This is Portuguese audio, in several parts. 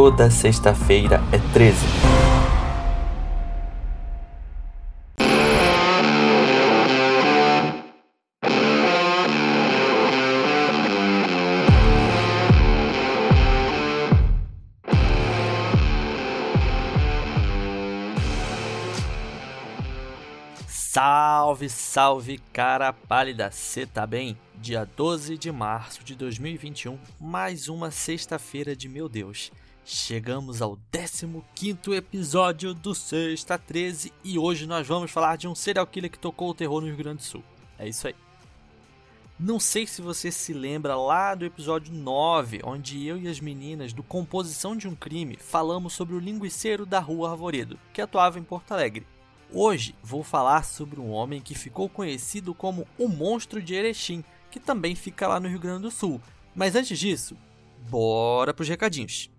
Toda sexta-feira é 13. Salve, salve, cara pálida, cê tá bem? Dia 12 de março de 2021, mais uma sexta-feira de meu Deus. Chegamos ao 15º episódio do Sexta 13 e hoje nós vamos falar de um serial killer que tocou o terror no Rio Grande do Sul. É isso aí. Não sei se você se lembra lá do episódio 9, onde eu e as meninas do Composição de um Crime falamos sobre o linguiceiro da Rua Arvoredo, que atuava em Porto Alegre. Hoje vou falar sobre um homem que ficou conhecido como o Monstro de Erechim, que também fica lá no Rio Grande do Sul. Mas antes disso, bora pros recadinhos.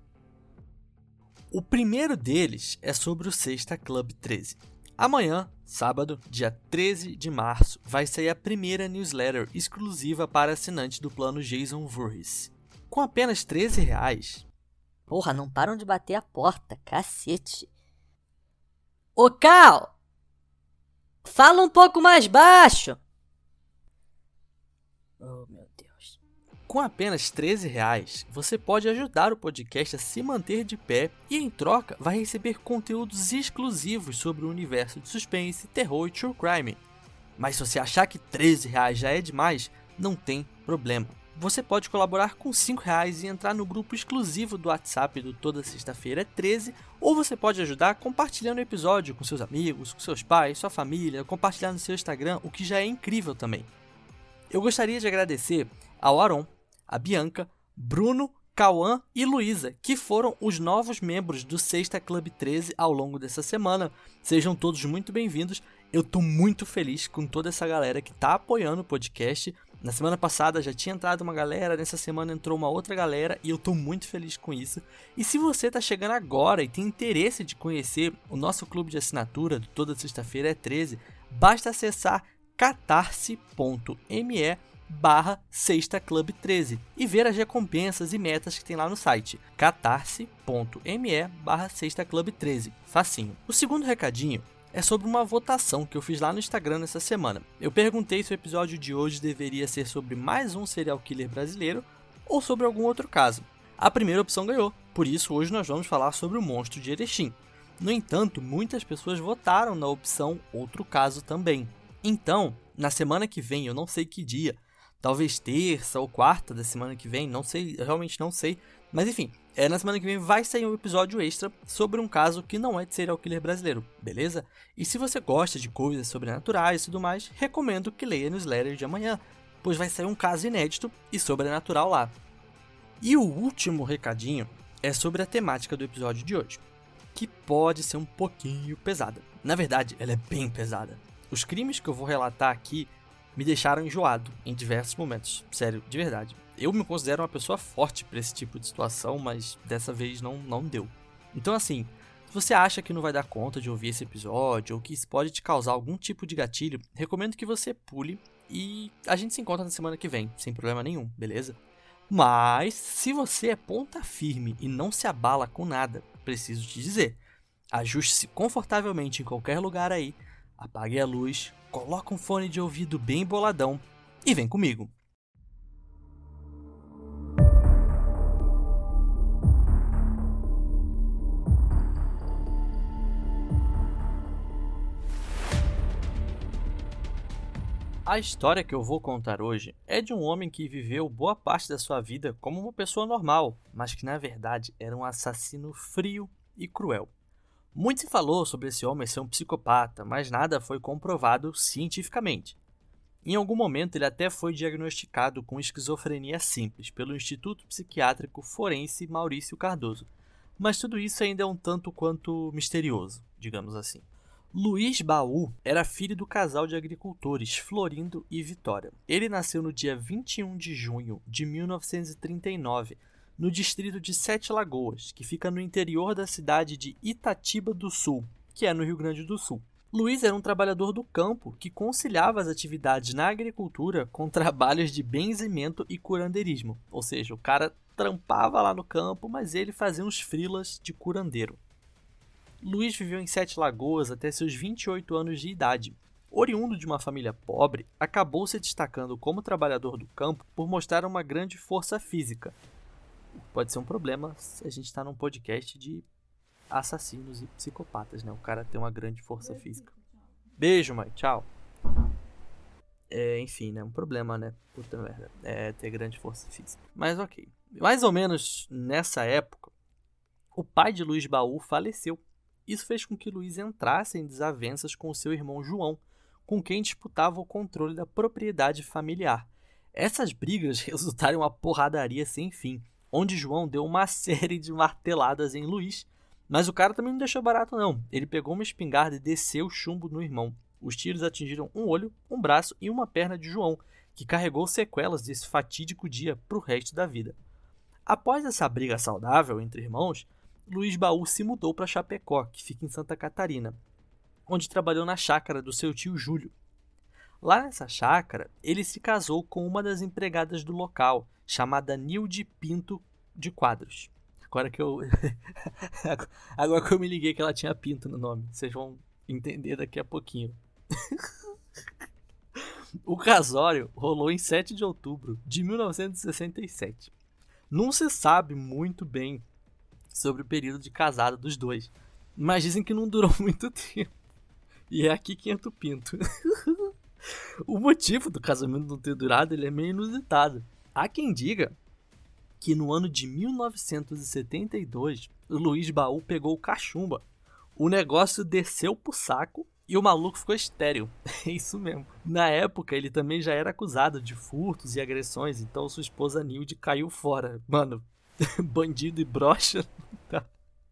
O primeiro deles é sobre o Sexta Club 13. Amanhã, sábado, dia 13 de março, vai sair a primeira newsletter exclusiva para assinantes do plano Jason Voorhees. Com apenas R$13... Porra, não param de bater a porta, cacete. Ô, Cal! Fala um pouco mais baixo! Oh, meu Deus. Com apenas R$13, você pode ajudar o podcast a se manter de pé e, em troca, vai receber conteúdos exclusivos sobre o universo de suspense, terror e true crime. Mas se você achar que R$13 já é demais, não tem problema. Você pode colaborar com R$5 e entrar no grupo exclusivo do WhatsApp do Toda Sexta-feira é 13, ou você pode ajudar compartilhando o episódio com seus amigos, com seus pais, sua família, compartilhar no seu Instagram, o que já é incrível também. Eu gostaria de agradecer ao Aron, a Bianca, Bruno, Cauã e Luísa, que foram os novos membros do Sexta Club 13 ao longo dessa semana. Sejam todos muito bem-vindos. Eu tô muito feliz com toda essa galera que tá apoiando o podcast. Na semana passada já tinha entrado uma galera, nessa semana entrou uma outra galera e eu tô muito feliz com isso. E se você tá chegando agora e tem interesse de conhecer o nosso clube de assinatura do Toda Sexta-feira é 13, basta acessar catarse.me/sextaclub13 e ver as recompensas e metas que tem lá no site catarse.me/sextaclub13. Facinho. O segundo recadinho é sobre uma votação que eu fiz lá no Instagram nessa semana. Eu perguntei se o episódio de hoje deveria ser sobre mais um serial killer brasileiro ou sobre algum outro caso. A primeira opção ganhou, por isso hoje nós vamos falar sobre o Monstro de Erechim. No entanto, muitas pessoas votaram na opção outro caso também. Então, na semana que vem, eu não sei que dia, talvez terça ou quarta da semana que vem, não sei, eu realmente não sei, mas enfim, na semana que vem vai sair um episódio extra sobre um caso que não é de serial killer brasileiro, beleza? E se você gosta de coisas sobrenaturais e tudo mais, recomendo que leia a newsletter de amanhã, pois vai sair um caso inédito e sobrenatural lá. E o último recadinho é sobre a temática do episódio de hoje, que pode ser um pouquinho pesada. Na verdade, ela é bem pesada. Os crimes que eu vou relatar aqui me deixaram enjoado em diversos momentos, sério, de verdade. Eu me considero uma pessoa forte para esse tipo de situação, mas dessa vez não deu. Então assim, se você acha que não vai dar conta de ouvir esse episódio ou que isso pode te causar algum tipo de gatilho, recomendo que você pule e a gente se encontra na semana que vem, sem problema nenhum, beleza? Mas se você é ponta firme e não se abala com nada, preciso te dizer, ajuste-se confortavelmente em qualquer lugar aí, apague a luz, coloque um fone de ouvido bem boladão e vem comigo. A história que eu vou contar hoje é de um homem que viveu boa parte da sua vida como uma pessoa normal, mas que na verdade era um assassino frio e cruel. Muito se falou sobre esse homem ser um psicopata, mas nada foi comprovado cientificamente. Em algum momento ele até foi diagnosticado com esquizofrenia simples pelo Instituto Psiquiátrico Forense Maurício Cardoso, mas tudo isso ainda é um tanto quanto misterioso, digamos assim. Luiz Baú era filho do casal de agricultores Florindo e Vitória. Ele nasceu no dia 21 de junho de 1939, no distrito de Sete Lagoas, que fica no interior da cidade de Itatiba do Sul, que é no Rio Grande do Sul. Luiz era um trabalhador do campo que conciliava as atividades na agricultura com trabalhos de benzimento e curandeirismo. Ou seja, o cara trampava lá no campo, mas ele fazia uns freelas de curandeiro. Luiz viveu em Sete Lagoas até seus 28 anos de idade. Oriundo de uma família pobre, acabou se destacando como trabalhador do campo por mostrar uma grande força física. Pode ser um problema se a gente está num podcast de assassinos e psicopatas, né? O cara tem uma grande força física. Beijo, mãe. Tchau. Enfim, né? Um problema, né? Puta merda. Ter grande força física. Mas ok. Mais ou menos nessa época, o pai de Luiz Baú faleceu. Isso fez com que Luiz entrasse em desavenças com seu irmão João, com quem disputava o controle da propriedade familiar. Essas brigas resultaram em uma porradaria sem fim, onde João deu uma série de marteladas em Luiz, mas o cara também não deixou barato não. Ele pegou uma espingarda e desceu chumbo no irmão. Os tiros atingiram um olho, um braço e uma perna de João, que carregou sequelas desse fatídico dia para o resto da vida. Após essa briga saudável entre irmãos, Luiz Baú se mudou para Chapecó, que fica em Santa Catarina, onde trabalhou na chácara do seu tio Júlio. Lá nessa chácara, ele se casou com uma das empregadas do local, chamada Nilde Pinto de Quadros. Agora que eu me liguei que ela tinha Pinto no nome. Vocês vão entender daqui a pouquinho. O casório rolou em 7 de outubro de 1967. Não se sabe muito bem sobre o período de casado dos dois, mas dizem que não durou muito tempo. E é aqui que entra o Pinto. O motivo do casamento não ter durado ele é meio inusitado. Há quem diga que no ano de 1972, o Luiz Baú pegou cachumba. O negócio desceu pro saco e o maluco ficou estéril. É isso mesmo. Na época, ele também já era acusado de furtos e agressões, então sua esposa Nilde caiu fora. Mano, bandido e broxa. Tá.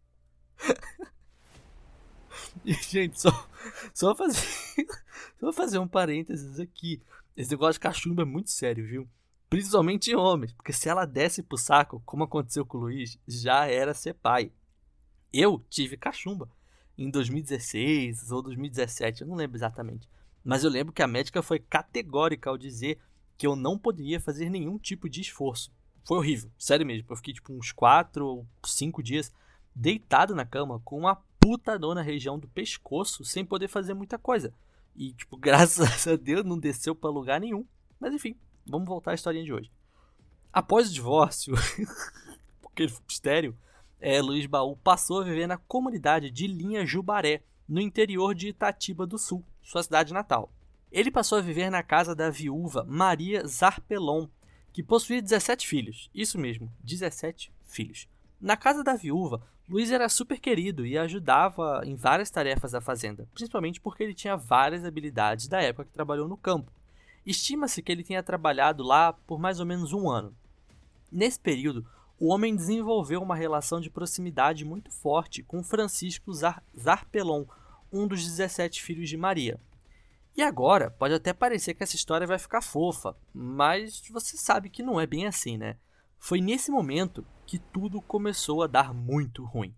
E, gente, só fazer um parênteses aqui. Esse negócio de cachumba é muito sério, viu? Principalmente em homens, porque se ela desce pro saco, como aconteceu com o Luiz, já era ser pai. Eu tive cachumba em 2016 ou 2017, eu não lembro exatamente. Mas eu lembro que a médica foi categórica ao dizer que eu não poderia fazer nenhum tipo de esforço. Foi horrível, sério mesmo. Eu fiquei tipo uns 4 ou 5 dias deitado na cama com uma puta dor na região do pescoço sem poder fazer muita coisa. E tipo, graças a Deus não desceu pra lugar nenhum. Mas enfim, vamos voltar à historinha de hoje. Após o divórcio, porque ele ficou estéril, Luiz Baú passou a viver na comunidade de Linha Jubaré, no interior de Itatiba do Sul, sua cidade natal. Ele passou a viver na casa da viúva Maria Zarpelon, que possuía 17 filhos. Isso mesmo, 17 filhos. Na casa da viúva, Luiz era super querido e ajudava em várias tarefas da fazenda, principalmente porque ele tinha várias habilidades da época que trabalhou no campo. Estima-se que ele tenha trabalhado lá por mais ou menos 1 ano. Nesse período, o homem desenvolveu uma relação de proximidade muito forte com Francisco Zarpelon, um dos 17 filhos de Maria. E agora, pode até parecer que essa história vai ficar fofa, mas você sabe que não é bem assim, né? Foi nesse momento que tudo começou a dar muito ruim.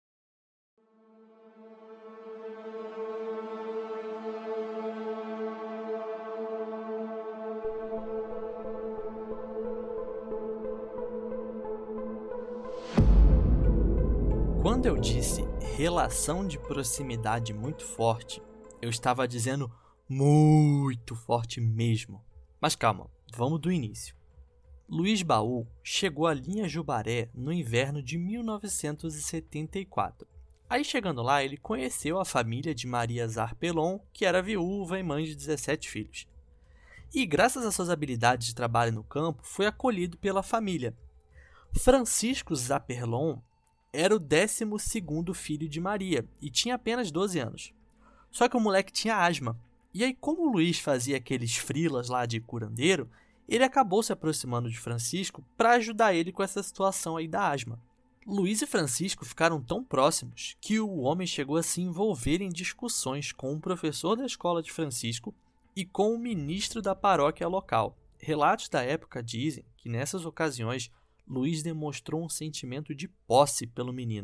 Quando eu disse relação de proximidade muito forte, eu estava dizendo muito forte mesmo. Mas calma, vamos do início. Luiz Baú chegou à Linha Jubaré no inverno de 1974. Aí chegando lá, ele conheceu a família de Maria Zarpelon, que era viúva e mãe de 17 filhos. E graças às suas habilidades de trabalho no campo, foi acolhido pela família. Francisco Zarpelon era o 12º filho de Maria e tinha apenas 12 anos. Só que o moleque tinha asma. E aí, como o Luiz fazia aqueles freelas lá de curandeiro, ele acabou se aproximando de Francisco para ajudar ele com essa situação aí da asma. Luiz e Francisco ficaram tão próximos que o homem chegou a se envolver em discussões com um professor da escola de Francisco e com o ministro da paróquia local. Relatos da época dizem que nessas ocasiões Luiz demonstrou um sentimento de posse pelo menino.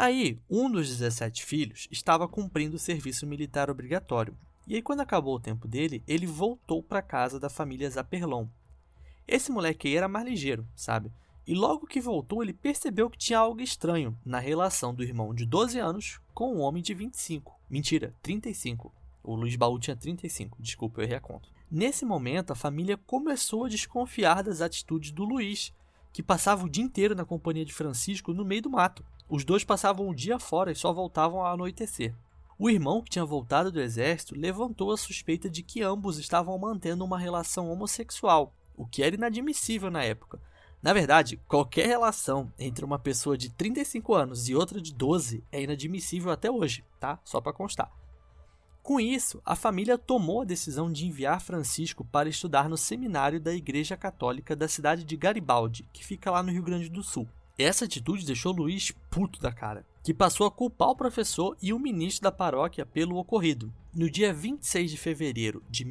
Aí, um dos 17 filhos estava cumprindo o serviço militar obrigatório. E aí, quando acabou o tempo dele, ele voltou para casa da família Zaperlon. Esse moleque aí era mais ligeiro, sabe? E logo que voltou, ele percebeu que tinha algo estranho na relação do irmão de 12 anos com um homem de 25. Mentira, 35. O Luiz Baú tinha 35, desculpa, eu errei a conta. Nesse momento, a família começou a desconfiar das atitudes do Luiz, que passava o dia inteiro na companhia de Francisco no meio do mato. Os dois passavam o dia fora e só voltavam ao anoitecer. O irmão, que tinha voltado do exército, levantou a suspeita de que ambos estavam mantendo uma relação homossexual, o que era inadmissível na época. Na verdade, qualquer relação entre uma pessoa de 35 anos e outra de 12 é inadmissível até hoje, tá? Só para constar. Com isso, a família tomou a decisão de enviar Francisco para estudar no seminário da Igreja Católica da cidade de Garibaldi, que fica lá no Rio Grande do Sul. Essa atitude deixou Luiz puto da cara, que passou a culpar o professor e o ministro da paróquia pelo ocorrido. No dia 26 de fevereiro de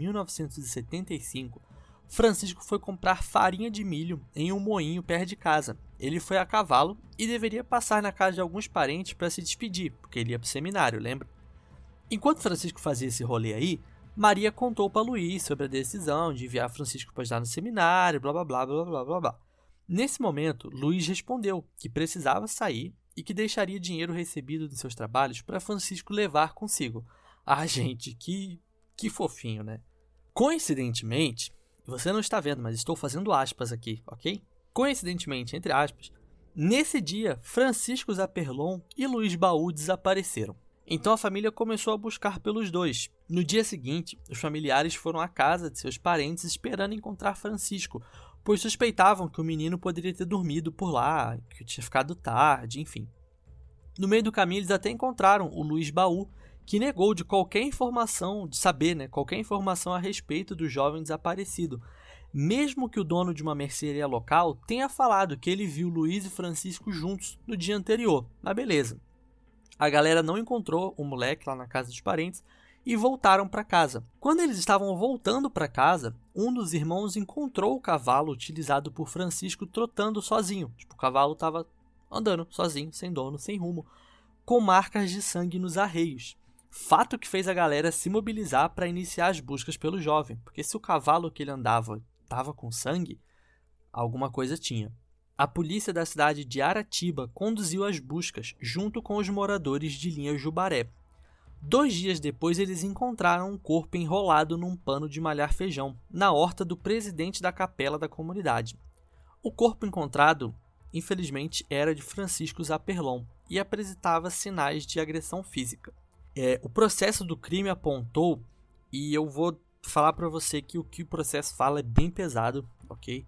1975, Francisco foi comprar farinha de milho em um moinho perto de casa. Ele foi a cavalo e deveria passar na casa de alguns parentes para se despedir, porque ele ia para o seminário, lembra? Enquanto Francisco fazia esse rolê aí, Maria contou para Luiz sobre a decisão de enviar Francisco para estudar no seminário, blá blá blá blá blá blá blá. Nesse momento, Luiz respondeu que precisava sair e que deixaria dinheiro recebido dos seus trabalhos para Francisco levar consigo. Ah, gente, que fofinho, né? Coincidentemente, você não está vendo, mas estou fazendo aspas aqui, ok? Coincidentemente, entre aspas, nesse dia, Francisco Zaperlon e Luiz Baú desapareceram. Então a família começou a buscar pelos dois. No dia seguinte, os familiares foram à casa de seus parentes esperando encontrar Francisco, pois suspeitavam que o menino poderia ter dormido por lá, que tinha ficado tarde, enfim. No meio do caminho, eles até encontraram o Luiz Baú, que negou de qualquer informação, de saber, qualquer informação a respeito do jovem desaparecido, mesmo que o dono de uma mercearia local tenha falado que ele viu Luiz e Francisco juntos no dia anterior. Mas beleza. A galera não encontrou o moleque lá na casa dos parentes e voltaram para casa. Quando eles estavam voltando para casa, um dos irmãos encontrou o cavalo utilizado por Francisco trotando sozinho. Tipo, o cavalo estava andando sozinho, sem dono, sem rumo, com marcas de sangue nos arreios. Fato que fez a galera se mobilizar para iniciar as buscas pelo jovem, porque se o cavalo que ele andava estava com sangue, alguma coisa tinha. A polícia da cidade de Aratiba conduziu as buscas junto com os moradores de Linha Jubaré. 2 dias depois, eles encontraram um corpo enrolado num pano de malhar feijão, na horta do presidente da capela da comunidade. O corpo encontrado, infelizmente, era de Francisco Zaperlon e apresentava sinais de agressão física. O processo do crime apontou, e eu vou falar para você que o que o processo fala é bem pesado, ok?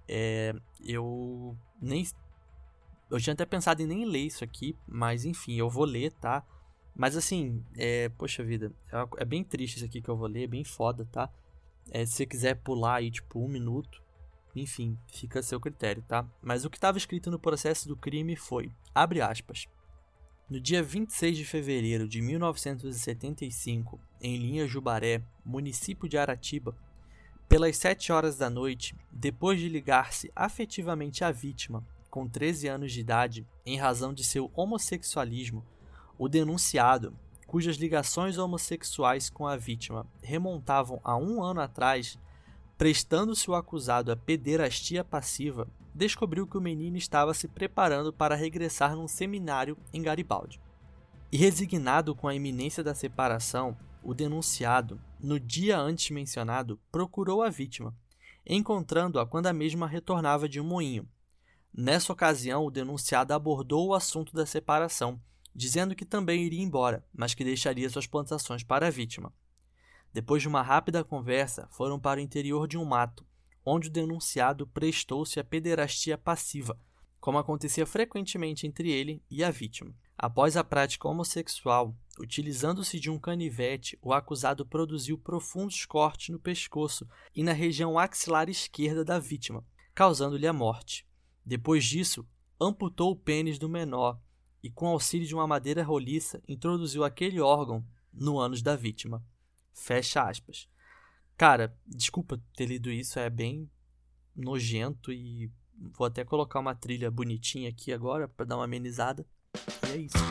Eu tinha até pensado em nem ler isso aqui, mas enfim, eu vou ler, tá? Mas assim, poxa vida, é bem triste isso aqui que eu vou ler, é bem foda, tá? Se você quiser pular aí, tipo, 1 minuto, enfim, fica a seu critério, tá? Mas o que estava escrito no processo do crime foi, abre aspas, no dia 26 de fevereiro de 1975, em Linha Jubaré, município de Aratiba, pelas 7 horas da noite, depois de ligar-se afetivamente à vítima, com 13 anos de idade, em razão de seu homossexualismo, o denunciado, cujas ligações homossexuais com a vítima remontavam a 1 ano atrás, prestando-se o acusado à pederastia passiva, descobriu que o menino estava se preparando para regressar num seminário em Garibaldi. E resignado com a iminência da separação, o denunciado, no dia antes mencionado, procurou a vítima, encontrando-a quando a mesma retornava de um moinho. Nessa ocasião, o denunciado abordou o assunto da separação, dizendo que também iria embora, mas que deixaria suas plantações para a vítima. Depois de uma rápida conversa, foram para o interior de um mato, onde o denunciado prestou-se à pederastia passiva, como acontecia frequentemente entre ele e a vítima. Após a prática homossexual, utilizando-se de um canivete, o acusado produziu profundos cortes no pescoço e na região axilar esquerda da vítima, causando-lhe a morte. Depois disso, amputou o pênis do menor e, com auxílio de uma madeira roliça, introduziu aquele órgão no ânus da vítima. Fecha aspas. Cara, desculpa ter lido isso, é bem nojento e vou até colocar uma trilha bonitinha aqui agora para dar uma amenizada. E é isso.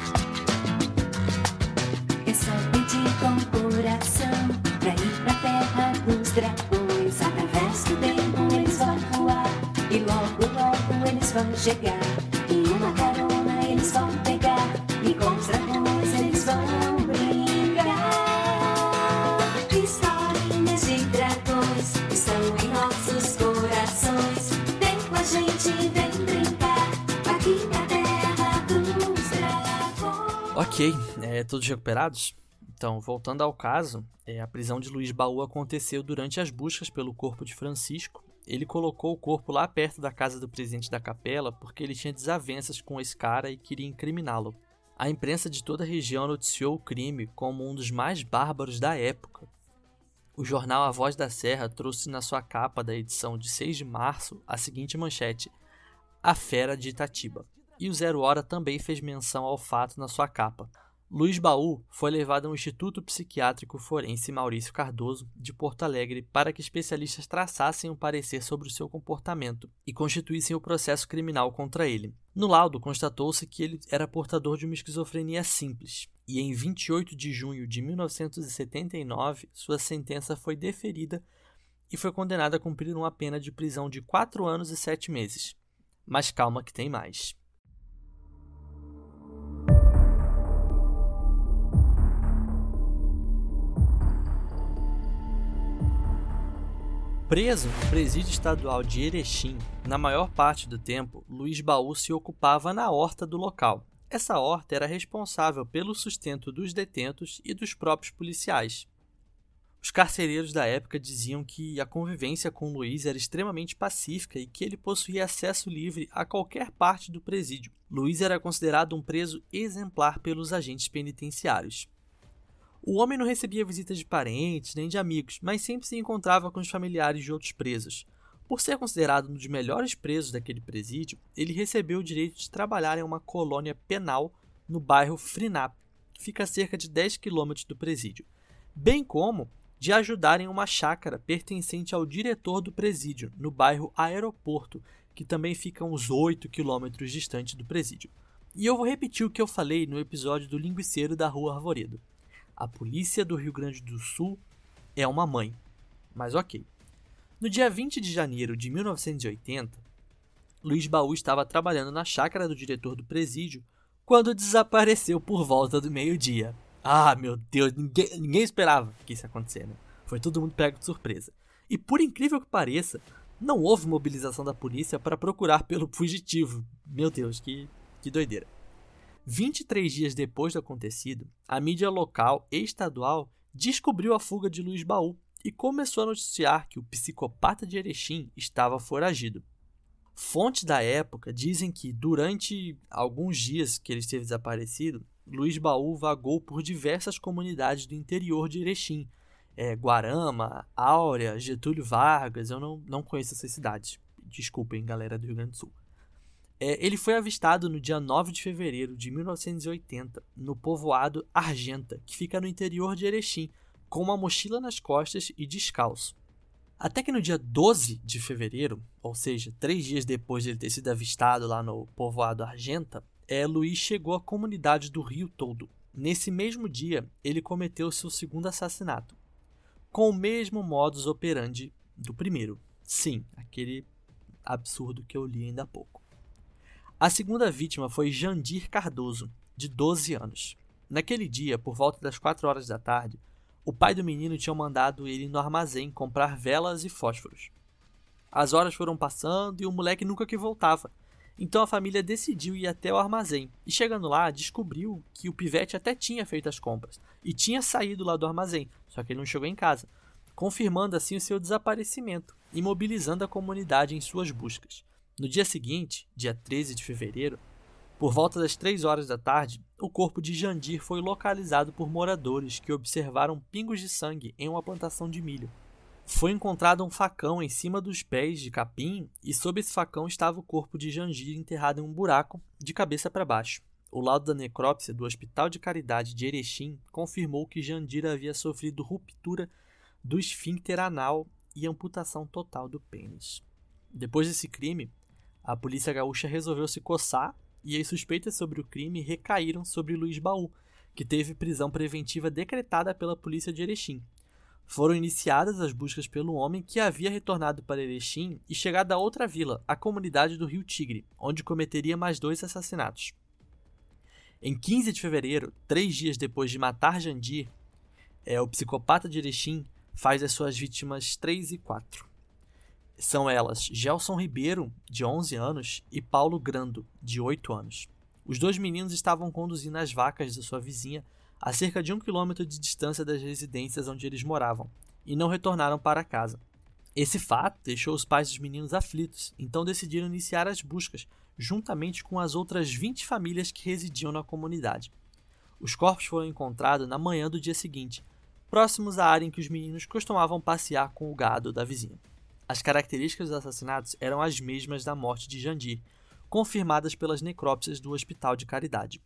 É só pedir com o coração pra ir pra terra dos dragões. Através do tempo eles vão voar e logo, logo eles vão chegar. E uma carona eles vão pegar e com os dragões eles vão brincar. Historinhas de dragões estão em nossos corações. Vem com a gente, vem brincar aqui na terra dos dragões. Ok, todos recuperados? Então, voltando ao caso, a prisão de Luiz Baú aconteceu durante as buscas pelo corpo de Francisco. Ele colocou o corpo lá perto da casa do presidente da capela porque ele tinha desavenças com esse cara e queria incriminá-lo. A imprensa de toda a região noticiou o crime como um dos mais bárbaros da época. O jornal A Voz da Serra trouxe na sua capa da edição de 6 de março a seguinte manchete: A Fera de Itatiba. E o Zero Hora também fez menção ao fato na sua capa. Luiz Baú foi levado ao Instituto Psiquiátrico Forense Maurício Cardoso, de Porto Alegre, para que especialistas traçassem um parecer sobre o seu comportamento e constituíssem o processo criminal contra ele. No laudo, constatou-se que ele era portador de uma esquizofrenia simples, e em 28 de junho de 1979, sua sentença foi deferida e foi condenado a cumprir uma pena de prisão de 4 anos e 7 meses. Mas calma que tem mais. Preso no presídio estadual de Erechim, na maior parte do tempo, Luiz Baú se ocupava na horta do local. Essa horta era responsável pelo sustento dos detentos e dos próprios policiais. Os carcereiros da época diziam que a convivência com Luiz era extremamente pacífica e que ele possuía acesso livre a qualquer parte do presídio. Luiz era considerado um preso exemplar pelos agentes penitenciários. O homem não recebia visitas de parentes nem de amigos, mas sempre se encontrava com os familiares de outros presos. Por ser considerado um dos melhores presos daquele presídio, ele recebeu o direito de trabalhar em uma colônia penal no bairro Frinap, que fica a cerca de 10 quilômetros do presídio, bem como de ajudar em uma chácara pertencente ao diretor do presídio, no bairro Aeroporto, que também fica a uns 8 quilômetros distante do presídio. E eu vou repetir o que eu falei no episódio do Linguiceiro da Rua Arvoredo. A polícia do Rio Grande do Sul é uma mãe. Mas ok. No dia 20 de janeiro de 1980, Luiz Baú estava trabalhando na chácara do diretor do presídio quando desapareceu por volta do meio-dia. Ah, meu Deus, ninguém esperava que isso ia acontecer, né? Foi todo mundo pego de surpresa. E por incrível que pareça, não houve mobilização da polícia para procurar pelo fugitivo. Meu Deus, que doideira. 23 dias depois do acontecido, a mídia local e estadual descobriu a fuga de Luiz Baú e começou a noticiar que o psicopata de Erechim estava foragido. Fontes da época dizem que, durante alguns dias que ele esteve desaparecido, Luiz Baú vagou por diversas comunidades do interior de Erechim. Guarama, Áurea, Getúlio Vargas, eu não conheço essas cidades. Desculpem, galera do Rio Grande do Sul. Ele foi avistado no dia 9 de fevereiro de 1980, no povoado Argenta, que fica no interior de Erechim, com uma mochila nas costas e descalço. Até que no dia 12 de fevereiro, ou seja, 3 dias depois de ele ter sido avistado lá no povoado Argenta, Luiz chegou à comunidade do Rio Todo. Nesse mesmo dia, ele cometeu seu segundo assassinato, com o mesmo modus operandi do primeiro. Sim, aquele absurdo que eu li ainda há pouco. A segunda vítima foi Jandir Cardoso, de 12 anos. Naquele dia, por volta das 4 horas da tarde, o pai do menino tinha mandado ele ir no armazém comprar velas e fósforos. As horas foram passando e o moleque nunca que voltava. Então a família decidiu ir até o armazém e, chegando lá, descobriu que o pivete até tinha feito as compras e tinha saído lá do armazém, só que ele não chegou em casa, confirmando assim o seu desaparecimento e mobilizando a comunidade em suas buscas. No dia seguinte, dia 13 de fevereiro, por volta das 3 horas da tarde, o corpo de Jandir foi localizado por moradores que observaram pingos de sangue em uma plantação de milho. Foi encontrado um facão em cima dos pés de capim e sob esse facão estava o corpo de Jandir enterrado em um buraco, de cabeça para baixo. O laudo da necrópsia do Hospital de Caridade de Erechim confirmou que Jandir havia sofrido ruptura do esfíncter anal e amputação total do pênis. Depois desse crime, a polícia gaúcha resolveu se coçar e as suspeitas sobre o crime recaíram sobre Luiz Baú, que teve prisão preventiva decretada pela polícia de Erechim. Foram iniciadas as buscas pelo homem que havia retornado para Erechim e chegado a outra vila, a comunidade do Rio Tigre, onde cometeria mais 2 assassinatos. Em 15 de fevereiro, 3 dias depois de matar Jandir, o psicopata de Erechim faz as suas vítimas 3 e 4. São elas Gelson Ribeiro, de 11 anos, e Paulo Grando, de 8 anos. Os 2 meninos estavam conduzindo as vacas da sua vizinha a cerca de 1 quilômetro de distância das residências onde eles moravam, e não retornaram para casa. Esse fato deixou os pais dos meninos aflitos, então decidiram iniciar as buscas, juntamente com as outras 20 famílias que residiam na comunidade. Os corpos foram encontrados na manhã do dia seguinte, próximos à área em que os meninos costumavam passear com o gado da vizinha. As características dos assassinatos eram as mesmas da morte de Jandir, confirmadas pelas necrópsias do Hospital de Caridade.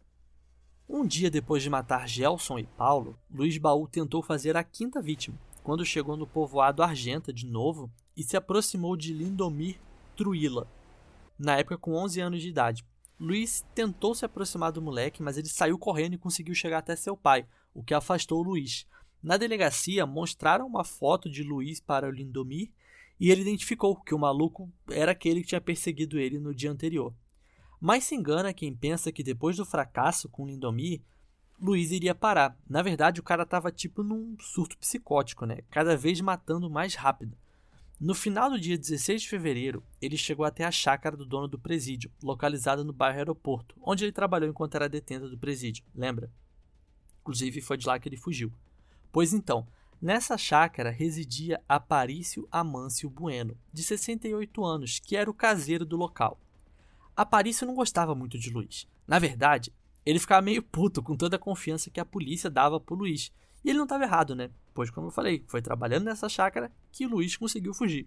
Um dia depois de matar Gelson e Paulo, Luiz Baú tentou fazer a 5ª vítima, quando chegou no povoado Argenta de novo e se aproximou de Lindomir Truila, na época com 11 anos de idade. Luiz tentou se aproximar do moleque, mas ele saiu correndo e conseguiu chegar até seu pai, o que afastou Luiz. Na delegacia, mostraram uma foto de Luiz para o Lindomir e ele identificou que o maluco era aquele que tinha perseguido ele no dia anterior. Mas se engana quem pensa que depois do fracasso com Lindomir, Luiz iria parar. Na verdade, o cara estava tipo num surto psicótico, né? Cada vez matando mais rápido. No final do dia 16 de fevereiro, ele chegou até a chácara do dono do presídio, localizada no bairro Aeroporto, onde ele trabalhou enquanto era detento do presídio, lembra? Inclusive, foi de lá que ele fugiu. Pois então, nessa chácara residia Aparício Amâncio Bueno, de 68 anos, que era o caseiro do local. Aparício não gostava muito de Luiz. Na verdade, ele ficava meio puto com toda a confiança que a polícia dava pro Luiz. E ele não estava errado, né? Pois, como eu falei, foi trabalhando nessa chácara que Luiz conseguiu fugir.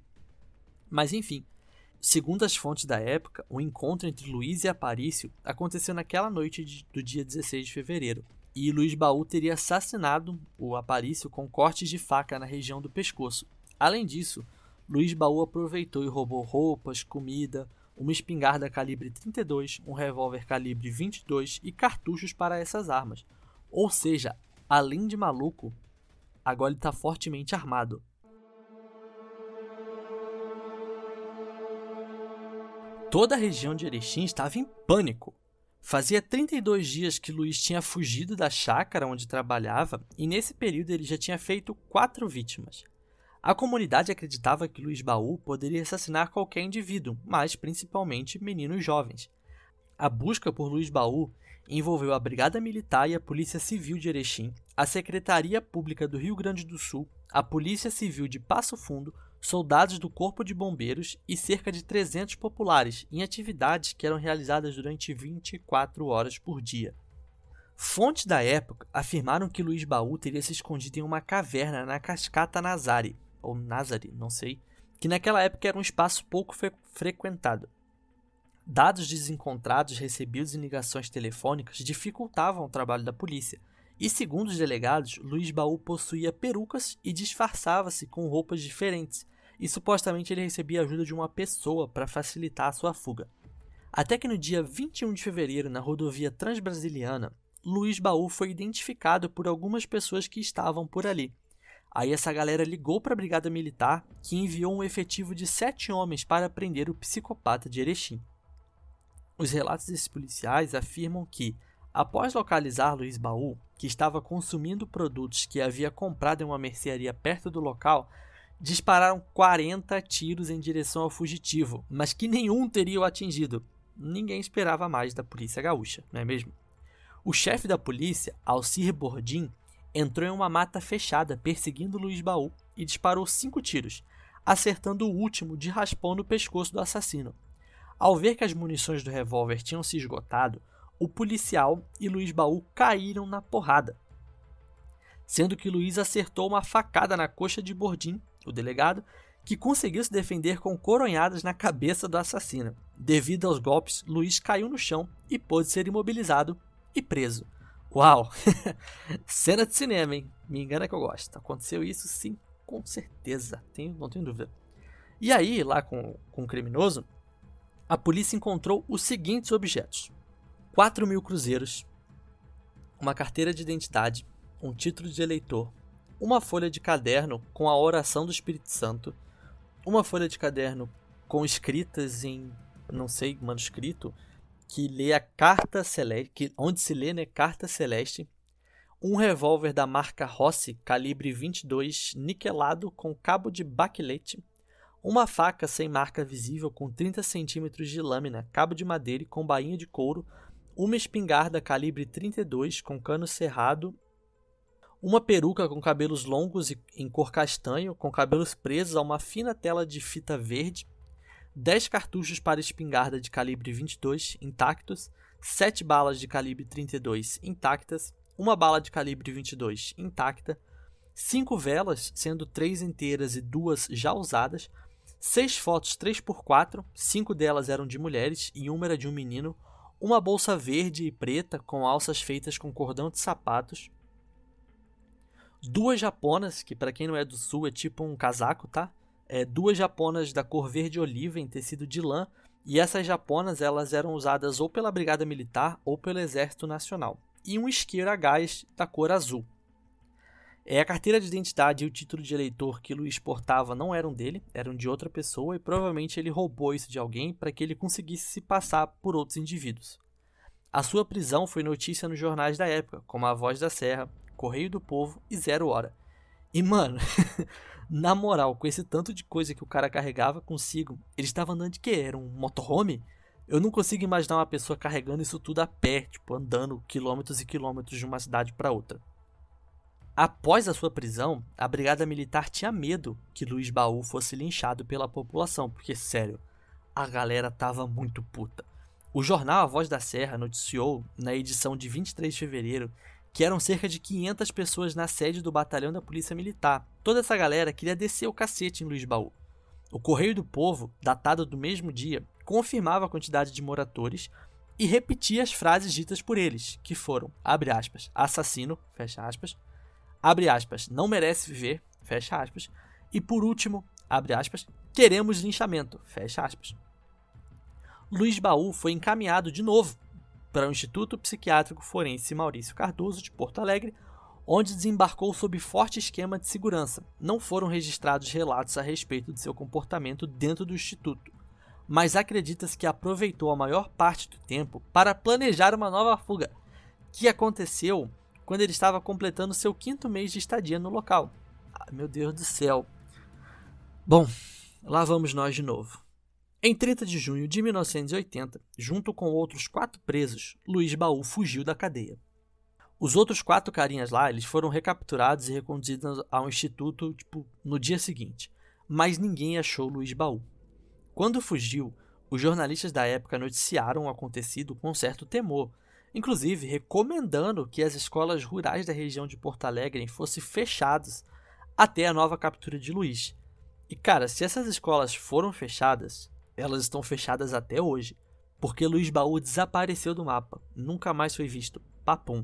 Mas enfim, segundo as fontes da época, o encontro entre Luiz e Aparício aconteceu naquela noite do dia 16 de fevereiro. E Luiz Baú teria assassinado o Aparício com cortes de faca na região do pescoço. Além disso, Luiz Baú aproveitou e roubou roupas, comida, uma espingarda calibre 32, um revólver calibre 22 e cartuchos para essas armas. Ou seja, além de maluco, agora ele está fortemente armado. Toda a região de Erechim estava em pânico. Fazia 32 dias que Luiz tinha fugido da chácara onde trabalhava e nesse período ele já tinha feito 4 vítimas. A comunidade acreditava que Luiz Baú poderia assassinar qualquer indivíduo, mas principalmente meninos jovens. A busca por Luiz Baú envolveu a Brigada Militar e a Polícia Civil de Erechim, a Secretaria Pública do Rio Grande do Sul, a Polícia Civil de Passo Fundo, soldados do Corpo de Bombeiros e cerca de 300 populares, em atividades que eram realizadas durante 24 horas por dia. Fontes da época afirmaram que Luiz Baú teria se escondido em uma caverna na Cascata Nazari, ou Nazari, não sei, que naquela época era um espaço pouco frequentado. Dados desencontrados recebidos em ligações telefônicas dificultavam o trabalho da polícia, e segundo os delegados, Luiz Baú possuía perucas e disfarçava-se com roupas diferentes, e supostamente ele recebia ajuda de uma pessoa para facilitar a sua fuga. Até que no dia 21 de fevereiro, na rodovia Transbrasiliana, Luiz Baú foi identificado por algumas pessoas que estavam por ali. Aí essa galera ligou para a Brigada Militar, que enviou um efetivo de 7 homens para prender o psicopata de Erechim. Os relatos desses policiais afirmam que, após localizar Luiz Baú, que estava consumindo produtos que havia comprado em uma mercearia perto do local, dispararam 40 tiros em direção ao fugitivo, mas que nenhum teria o atingido. Ninguém esperava mais da polícia gaúcha, não é mesmo? O chefe da polícia, Alcir Bordim, entrou em uma mata fechada perseguindo Luiz Baú e disparou 5 tiros, acertando o último de raspão no pescoço do assassino. Ao ver que as munições do revólver tinham se esgotado, o policial e Luiz Baú caíram na porrada, sendo que Luiz acertou uma facada na coxa de Bordim, o delegado, que conseguiu se defender com coronhadas na cabeça do assassino. Devido aos golpes, Luiz caiu no chão e pôde ser imobilizado e preso. Uau! Cena de cinema, hein? Me engana que eu gosto. Aconteceu isso sim, com certeza. Não tenho dúvida. E aí, lá com o criminoso, a polícia encontrou os seguintes objetos. 4.000 cruzeiros, uma carteira de identidade, um título de eleitor, uma folha de caderno com a oração do Espírito Santo, uma folha de caderno com escritas em, não sei, manuscrito, que lê a carta celeste, onde se lê, né, carta celeste, um revólver da marca Rossi, calibre 22, niquelado com cabo de baquelete, uma faca sem marca visível com 30 centímetros de lâmina, cabo de madeira e com bainha de couro, uma espingarda calibre 32 com cano cerrado, uma peruca com cabelos longos em cor castanho, com cabelos presos a uma fina tela de fita verde, 10 cartuchos para espingarda de calibre 22 intactos, 7 balas de calibre 32 intactas, uma bala de calibre 22 intacta, 5 velas, sendo 3 inteiras e 2 já usadas, 6 fotos 3x4, 5 delas eram de mulheres e uma era de um menino, uma bolsa verde e preta com alças feitas com cordão de sapatos, 2 japonas, que para quem não é do sul é tipo um casaco, tá? 2 japonas da cor verde oliva em tecido de lã, e essas japonas elas eram usadas ou pela Brigada Militar ou pelo Exército Nacional, e um isqueiro a gás da cor azul. A carteira de identidade e o título de eleitor que Luiz portava não eram dele, eram de outra pessoa, e provavelmente ele roubou isso de alguém para que ele conseguisse se passar por outros indivíduos. A sua prisão foi notícia nos jornais da época, como A Voz da Serra, Correio do Povo e 0 Hora. E mano, na moral, com esse tanto de coisa que o cara carregava consigo, ele estava andando de quê? Era um motorhome? Eu não consigo imaginar uma pessoa carregando isso tudo a pé, tipo, andando quilômetros e quilômetros de uma cidade para outra. Após a sua prisão, a Brigada Militar tinha medo que Luiz Baú fosse linchado pela população, porque, sério, a galera tava muito puta. O jornal A Voz da Serra noticiou, na edição de 23 de fevereiro, que eram cerca de 500 pessoas na sede do batalhão da Polícia Militar. Toda essa galera queria descer o cacete em Luiz Baú. O Correio do Povo, datado do mesmo dia, confirmava a quantidade de moradores e repetia as frases ditas por eles, que foram, abre aspas, assassino, fecha aspas, abre aspas, não merece viver, fecha aspas, e por último, abre aspas, queremos linchamento, fecha aspas. Luiz Baú foi encaminhado de novo para o Instituto Psiquiátrico Forense Maurício Cardoso de Porto Alegre, onde desembarcou sob forte esquema de segurança. Não foram registrados relatos a respeito de seu comportamento dentro do instituto, mas acredita-se que aproveitou a maior parte do tempo para planejar uma nova fuga, que aconteceu quando ele estava completando seu 5º mês de estadia no local. Meu Deus do céu. Bom, lá vamos nós de novo. Em 30 de junho de 1980, junto com outros 4 presos, Luiz Baú fugiu da cadeia. Os outros 4 carinhas lá, eles foram recapturados e reconduzidos ao instituto no dia seguinte, mas ninguém achou Luiz Baú. Quando fugiu, os jornalistas da época noticiaram o acontecido com certo temor, inclusive recomendando que as escolas rurais da região de Porto Alegre fossem fechadas até a nova captura de Luiz. E cara, se essas escolas foram fechadas, elas estão fechadas até hoje, porque Luiz Baú desapareceu do mapa, nunca mais foi visto, papum.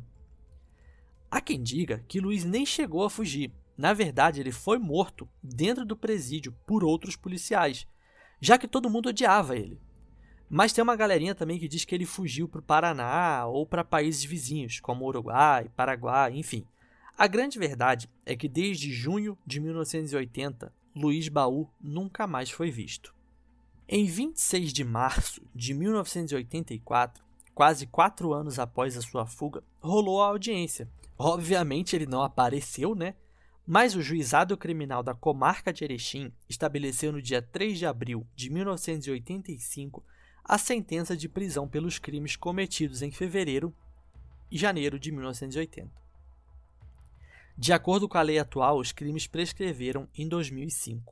Há quem diga que Luiz nem chegou a fugir, na verdade ele foi morto dentro do presídio por outros policiais, já que todo mundo odiava ele. Mas tem uma galerinha também que diz que ele fugiu para o Paraná ou para países vizinhos, como Uruguai, Paraguai, enfim. A grande verdade é que desde junho de 1980, Luiz Baú nunca mais foi visto. Em 26 de março de 1984, quase 4 anos após a sua fuga, rolou a audiência. Obviamente ele não apareceu, né? Mas o Juizado Criminal da Comarca de Erechim estabeleceu no dia 3 de abril de 1985 a sentença de prisão pelos crimes cometidos em fevereiro e janeiro de 1980. De acordo com a lei atual, os crimes prescreveram em 2005.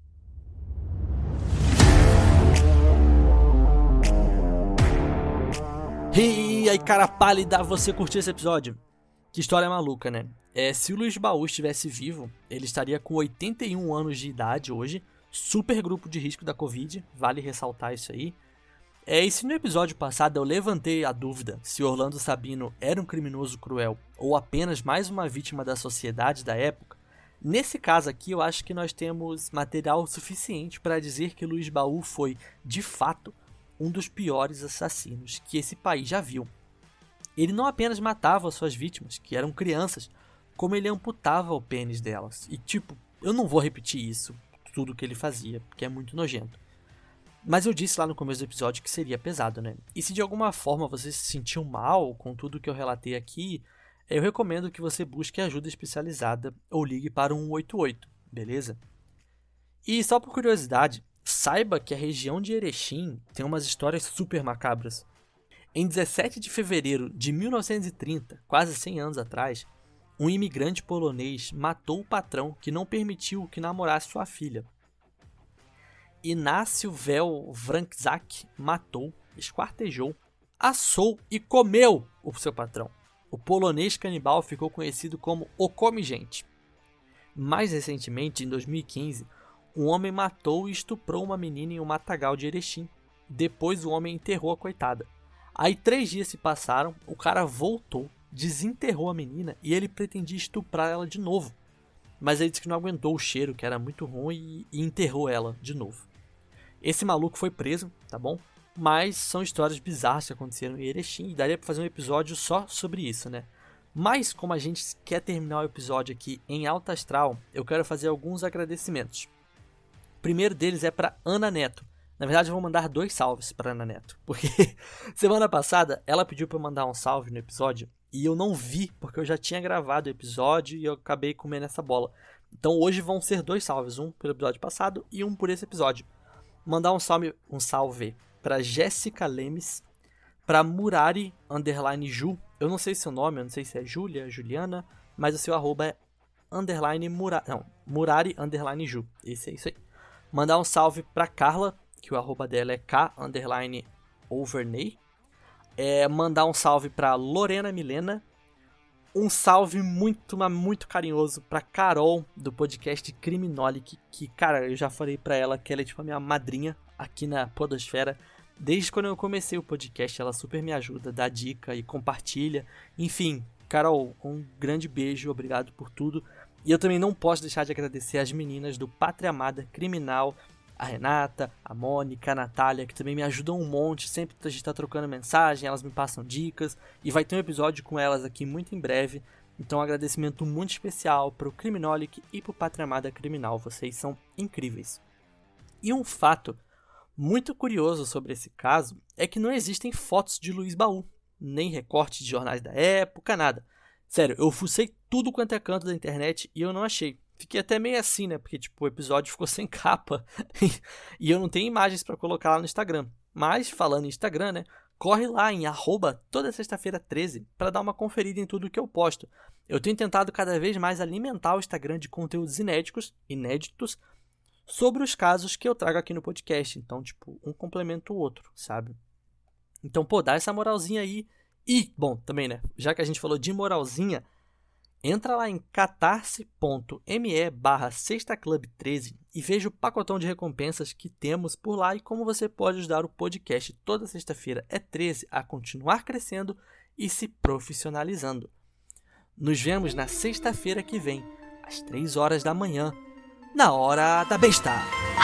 E aí, cara pálida, você curtiu esse episódio? Que história maluca, né? Se o Luiz Baú estivesse vivo, ele estaria com 81 anos de idade hoje, super grupo de risco da Covid, vale ressaltar isso aí. E se no episódio passado eu levantei a dúvida se Orlando Sabino era um criminoso cruel ou apenas mais uma vítima da sociedade da época, nesse caso aqui eu acho que nós temos material suficiente para dizer que Luiz Baú foi, de fato, um dos piores assassinos que esse país já viu. Ele não apenas matava as suas vítimas, que eram crianças, como ele amputava o pênis delas. E tipo, eu não vou repetir isso, tudo que ele fazia, porque é muito nojento. Mas eu disse lá no começo do episódio que seria pesado, né? E se de alguma forma você se sentiu mal com tudo que eu relatei aqui, eu recomendo que você busque ajuda especializada ou ligue para o 188, beleza? E só por curiosidade, saiba que a região de Erechim tem umas histórias super macabras. Em 17 de fevereiro de 1930, quase 100 anos atrás, um imigrante polonês matou o patrão que não permitiu que namorasse sua filha. Inácio Wronczak matou, esquartejou, assou e comeu o seu patrão. O polonês canibal ficou conhecido como o Come-Gente. Mais recentemente, em 2015, um homem matou e estuprou uma menina em um matagal de Erechim. Depois o homem enterrou a coitada. Aí 3 dias se passaram, o cara voltou, desenterrou a menina e ele pretendia estuprar ela de novo. Mas ele disse que não aguentou o cheiro, que era muito ruim, e enterrou ela de novo. Esse maluco foi preso, tá bom? Mas são histórias bizarras que aconteceram em Erechim e daria pra fazer um episódio só sobre isso, né? Mas como a gente quer terminar o episódio aqui em alta astral, eu quero fazer alguns agradecimentos. O primeiro deles é para Ana Neto. Na verdade, eu vou mandar 2 salves para Ana Neto, porque semana passada ela pediu para eu mandar um salve no episódio e eu não vi, porque eu já tinha gravado o episódio e eu acabei comendo essa bola. Então hoje vão ser 2 salves, um pelo episódio passado e um por esse episódio. Mandar um salve para Jéssica Lemes, para Murari _Ju. Eu não sei seu nome, eu não sei se é Júlia, Juliana, mas o seu arroba é Murari _Ju. Esse é isso aí. Mandar um salve para Carla, que o arroba dela é K_Overney. Mandar um salve para Lorena Milena. Um salve muito, mas muito carinhoso para Carol, do podcast Criminolic, que, cara, eu já falei para ela que ela é tipo a minha madrinha aqui na podosfera. Desde quando eu comecei o podcast, ela super me ajuda, dá dica e compartilha. Enfim, Carol, um grande beijo, obrigado por tudo. E eu também não posso deixar de agradecer as meninas do Pátria Amada Criminal, a Renata, a Mônica, a Natália, que também me ajudam um monte. Sempre a gente tá trocando mensagem, elas me passam dicas. E vai ter um episódio com elas aqui muito em breve. Então um agradecimento muito especial pro Criminolic e pro Pátria Amada Criminal. Vocês são incríveis. E um fato muito curioso sobre esse caso é que não existem fotos de Luiz Baú, nem recortes de jornais da época, nada. Sério, eu fucei tudo quanto é canto da internet e eu não achei. Fiquei até meio assim, né? Porque tipo, o episódio ficou sem capa e eu não tenho imagens pra colocar lá no Instagram. Mas, falando em Instagram, né? Corre lá em @todasexta-feira13 pra dar uma conferida em tudo que eu posto. Eu tenho tentado cada vez mais alimentar o Instagram de conteúdos inéditos, sobre os casos que eu trago aqui no podcast. Então, tipo, um complementa o outro, sabe? Então, pô, dá essa moralzinha aí. E, bom, também, né? Já que a gente falou de moralzinha, entra lá em catarse.me/sextaclub13 e veja o pacotão de recompensas que temos por lá e como você pode ajudar o podcast Toda Sexta-feira é 13 a continuar crescendo e se profissionalizando. Nos vemos na sexta-feira que vem, às 3 horas da manhã, na Hora da Besta.